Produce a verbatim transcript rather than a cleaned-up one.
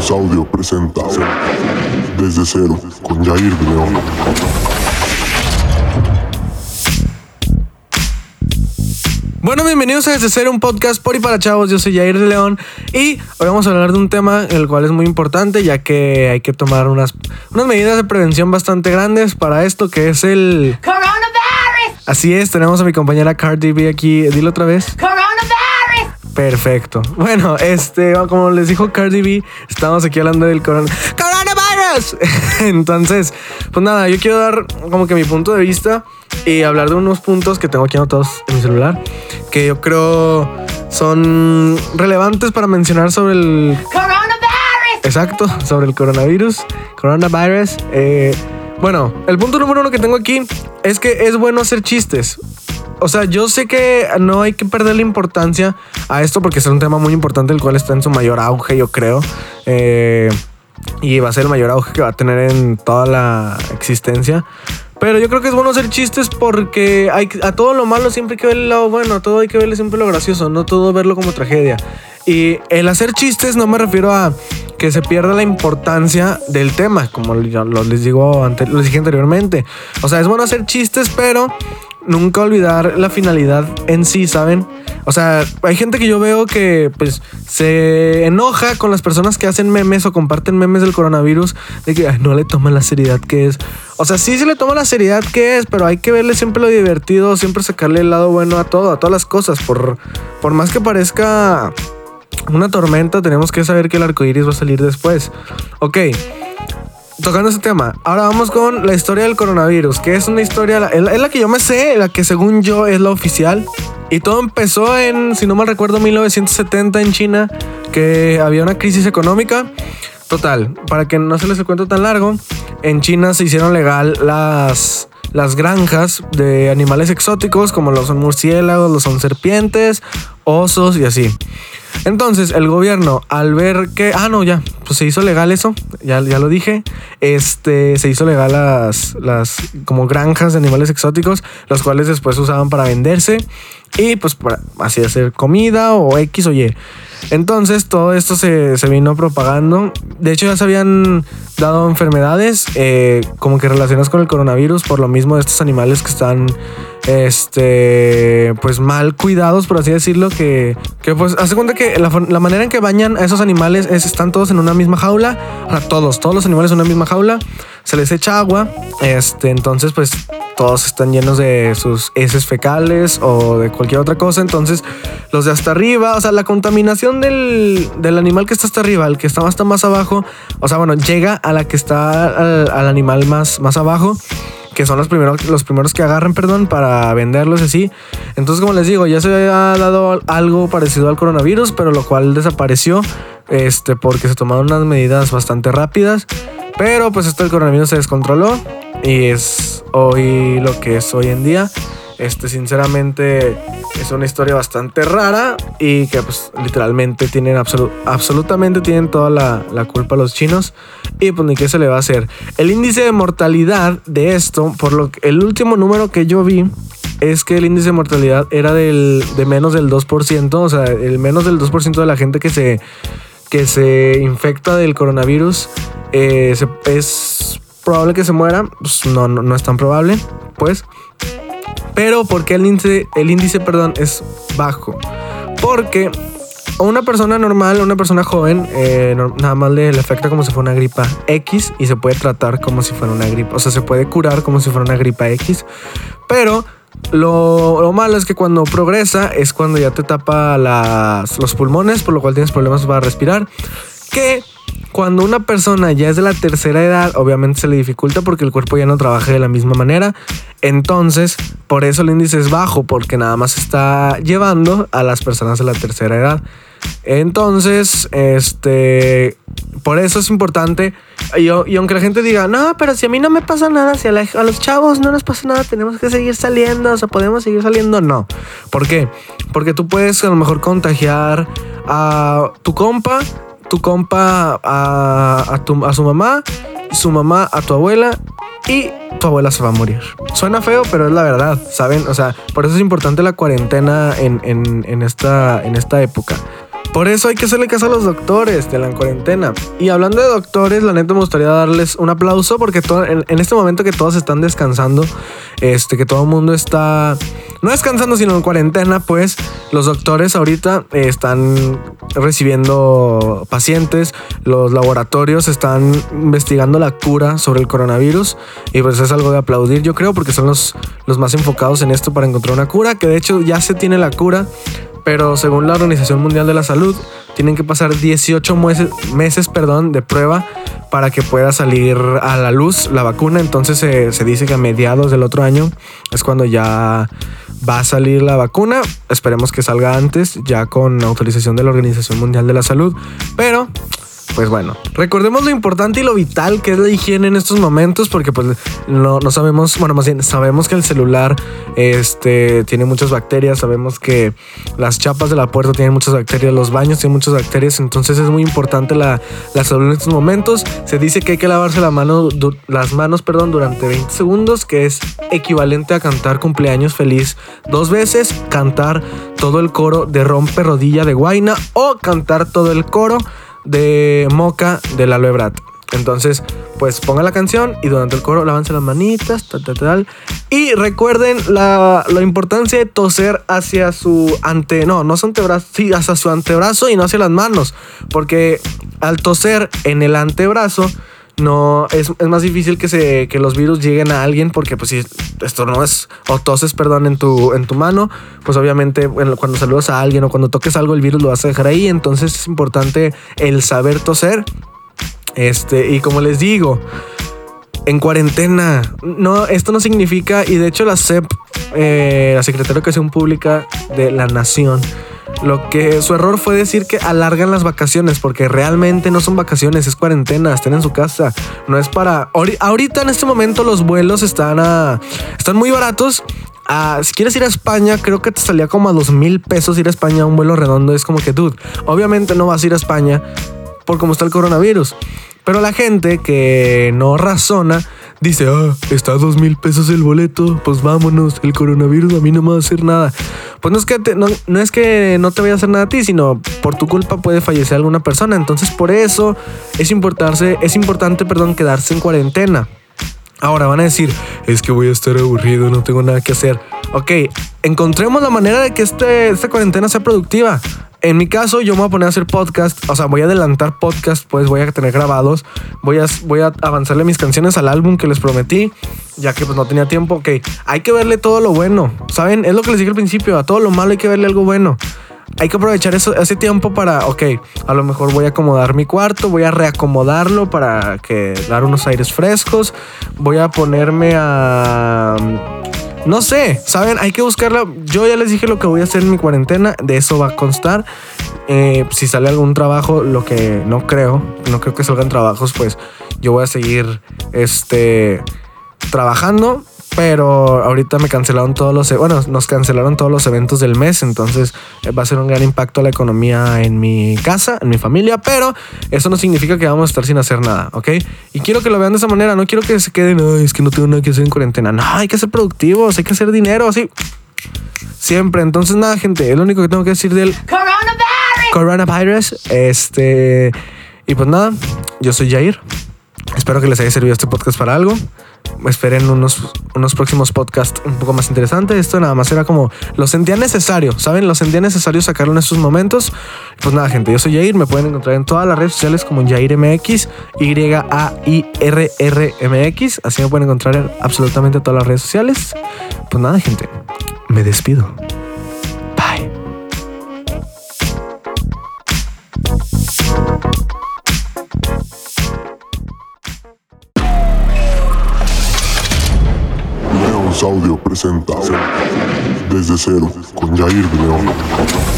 Jesús Audio presenta Desde Cero con Yair de León. Bueno, bienvenidos a Desde Cero, un podcast por y para chavos. Yo soy Yair de León y hoy vamos a hablar de un tema el cual es muy importante, ya que hay que tomar unas, unas medidas de prevención bastante grandes para esto, que es el Coronavirus. Así es, tenemos a mi compañera Cardi B aquí. Dilo otra vez. Coronavirus. Perfecto. Bueno, este, como les dijo Cardi B, estamos aquí hablando del corona... ¡Coronavirus! Entonces, pues nada, yo quiero dar como que mi punto de vista y hablar de unos puntos que tengo aquí anotados en mi celular, que yo creo son relevantes para mencionar sobre el... Coronavirus. Exacto, sobre el coronavirus. Coronavirus. Eh, bueno, el punto número uno que tengo aquí es que es bueno hacer chistes. O sea, yo sé que no hay que perder la importancia a esto porque es un tema muy importante, el cual está en su mayor auge, yo creo. Eh, y va a ser el mayor auge que va a tener en toda la existencia. Pero yo creo que es bueno hacer chistes porque hay, a todo lo malo siempre hay que verle el lado bueno, a todo hay que verle siempre lo gracioso, no todo verlo como tragedia. Y el hacer chistes no me refiero a que se pierda la importancia del tema, como les digo ante, les dije anteriormente. O sea, es bueno hacer chistes, pero nunca olvidar la finalidad en sí, ¿saben? O sea, hay gente que yo veo que pues se enoja con las personas que hacen memes o comparten memes del coronavirus, de que ay, no le toman la seriedad que es. O sea, sí se le toma la seriedad que es, pero hay que verle siempre lo divertido, siempre sacarle el lado bueno a todo, a todas las cosas. Por, por más que parezca una tormenta, tenemos que saber que el arco iris va a salir después. Ok, tocando ese tema, ahora vamos con la historia del coronavirus, que es una historia, es la, es la que yo me sé, la que según yo es la oficial. Y todo empezó en, si no mal recuerdo, mil novecientos setenta en China, que había una crisis económica. Total, para que no se les cuente tan largo, en China se hicieron legal las... las granjas de animales exóticos, como lo son murciélagos, lo son serpientes, osos y así. Entonces el gobierno, al ver que... Ah, no, ya, pues se hizo legal eso, ya, ya lo dije. Este, se hizo legal las, las como granjas de animales exóticos, los cuales después se usaban para venderse y pues para así hacer comida o X o Y. Entonces todo esto se, se vino propagando. De hecho ya se habían dado enfermedades eh, como que relacionadas con el coronavirus por lo mismo de estos animales que están este pues mal cuidados, por así decirlo, que, que pues hace cuenta que la, la manera en que bañan a esos animales es están todos en una misma jaula. O sea, todos, todos los animales en una misma jaula, se les echa agua, este, entonces pues todos están llenos de sus heces fecales o de cualquier otra cosa. Entonces los de hasta arriba, o sea, la contaminación del, del animal que está hasta arriba, el que está hasta más abajo, o sea, bueno, llega a la que está al, al animal más, más abajo, que son los primeros, los primeros que agarran, perdón, para venderlos así. Entonces, como les digo, ya se había dado algo parecido al coronavirus, pero lo cual desapareció, este, porque se tomaron unas medidas bastante rápidas. Pero pues esto del coronavirus se descontroló y es hoy lo que es hoy en día. Este, sinceramente, es una historia bastante rara y que pues literalmente tienen absolu- absolutamente tienen toda la, la culpa los chinos y pues ni qué se le va a hacer. El índice de mortalidad de esto, por lo que el último número que yo vi es que el índice de mortalidad era del, de menos del dos por ciento, o sea, el menos del dos por ciento de la gente que se, que se infecta del coronavirus eh, se, es probable que se muera. Pues no, no, no es tan probable, pues. Pero ¿por qué el índice, el índice perdón, es bajo? Porque una persona normal, una persona joven, eh, no, nada más le, le afecta como si fuera una gripa X y se puede tratar como si fuera una gripa. O sea, se puede curar como si fuera una gripa X. Pero lo, lo malo es que cuando progresa es cuando ya te tapa las, los pulmones, por lo cual tienes problemas para respirar. Que cuando una persona ya es de la tercera edad, obviamente se le dificulta porque el cuerpo ya no trabaja de la misma manera. Entonces, por eso el índice es bajo, porque nada más está llevando a las personas de la tercera edad. Entonces, este, por eso es importante. Y, y aunque la gente diga, no, pero si a mí no me pasa nada, si a, la, a los chavos no nos pasa nada, tenemos que seguir saliendo, o sea, podemos seguir saliendo. No. ¿Por qué? Porque tú puedes a lo mejor contagiar a tu compa, tu compa a, a, tu, a su mamá, su mamá a tu abuela y tu abuela se va a morir. Suena feo, pero es la verdad, ¿saben? O sea, por eso es importante la cuarentena en, en, en, esta, en esta época. Por eso hay que hacerle caso a los doctores de la cuarentena. Y hablando de doctores, la neta me gustaría darles un aplauso porque todo, en, en este momento que todos están descansando, este, que todo el mundo está no descansando sino en cuarentena, pues los doctores ahorita eh, están recibiendo pacientes, los laboratorios están investigando la cura sobre el coronavirus y pues es algo de aplaudir, yo creo, porque son los, los más enfocados en esto para encontrar una cura, que de hecho ya se tiene la cura. Pero según la Organización Mundial de la Salud, tienen que pasar dieciocho meses, meses perdón, de prueba para que pueda salir a la luz la vacuna. Entonces se, se dice que a mediados del otro año es cuando ya va a salir la vacuna. Esperemos que salga antes, ya con autorización de la Organización Mundial de la Salud. Pero pues bueno, recordemos lo importante y lo vital que es la higiene en estos momentos, porque pues no, no sabemos, bueno, más bien sabemos que el celular este, tiene muchas bacterias, sabemos que las chapas de la puerta tienen muchas bacterias, los baños tienen muchas bacterias, entonces es muy importante la, la salud en estos momentos. Se dice que hay que lavarse la mano, du, las manos perdón, durante veinte segundos, que es equivalente a cantar cumpleaños feliz dos veces, cantar todo el coro de Rompe Rodilla de Guayna o cantar todo el coro de Moca de Lalo Ebrard. Entonces, pues pongan la canción y durante el coro lávense las manitas, tal, tal, tal. Y recuerden la, la importancia de toser hacia su ante... No, no su antebrazo, sí, hacia su antebrazo y no hacia las manos. Porque al toser en el antebrazo, no es, es más difícil que, se, que los virus lleguen a alguien, porque pues si esto no es, o toses, perdón, en tu, en tu mano, pues obviamente bueno, cuando saludas a alguien o cuando toques algo, el virus lo vas a dejar ahí. Entonces es importante el saber toser. Este, y como les digo, en cuarentena, no, esto no significa, y de hecho la S E P, eh, la Secretaría de Educación Pública de la Nación, lo que su error fue decir que alargan las vacaciones, porque realmente no son vacaciones, es cuarentena, estén en su casa, no es para... Ahorita en este momento los vuelos están a, están muy baratos. Ah, si quieres ir a España, creo que te salía como a dos mil pesos ir a España, un vuelo redondo. Es como que, dude, obviamente no vas a ir a España por cómo está el coronavirus. Pero la gente que no razona dice, ah, está a dos mil pesos el boleto, pues vámonos, el coronavirus a mí no me va a hacer nada. Pues no es que te, no, no es que no te vaya a hacer nada a ti, sino por tu culpa puede fallecer alguna persona. Entonces por eso es importante, es importante, perdón, quedarse en cuarentena. Ahora van a decir, es que voy a estar aburrido, no tengo nada que hacer. Ok, encontremos la manera de que este, esta cuarentena sea productiva. En mi caso, yo me voy a poner a hacer podcast. O sea, voy a adelantar podcast, pues voy a tener grabados. Voy a, voy a avanzarle mis canciones al álbum que les prometí, ya que pues no tenía tiempo. Ok, hay que verle todo lo bueno, ¿saben? Es lo que les dije al principio, a todo lo malo hay que verle algo bueno. Hay que aprovechar eso, ese tiempo para, ok, a lo mejor voy a acomodar mi cuarto, voy a reacomodarlo para que dar unos aires frescos. Voy a ponerme a... No sé, ¿saben? Hay que buscarla. Yo ya les dije lo que voy a hacer en mi cuarentena. De eso va a constar. Eh, si sale algún trabajo, lo que no creo, no creo que salgan trabajos, pues yo voy a seguir este, trabajando. Pero ahorita me cancelaron todos los... Bueno, nos cancelaron todos los eventos del mes. Entonces va a ser un gran impacto a la economía en mi casa, en mi familia. Pero eso no significa que vamos a estar sin hacer nada, ¿ok? Y quiero que lo vean de esa manera. No quiero que se queden, ay, es que no tengo nada que hacer en cuarentena. No, hay que ser productivos, hay que hacer dinero, así. Siempre. Entonces nada, gente, es lo único que tengo que decir del... Coronavirus. Coronavirus. Este... Y pues nada, yo soy Jair. Espero que les haya servido este podcast para algo. Esperen unos, unos próximos podcasts un poco más interesantes. Esto nada más era como... Lo sentía necesario, ¿saben? Lo sentía necesario sacarlo en estos momentos. Pues nada, gente, yo soy Jair. Me pueden encontrar en todas las redes sociales como JairMX, Y A I R R M X. Así me pueden encontrar en absolutamente todas las redes sociales. Pues nada, gente, me despido. Bye. Audio presenta Desde Cero con Jair de León.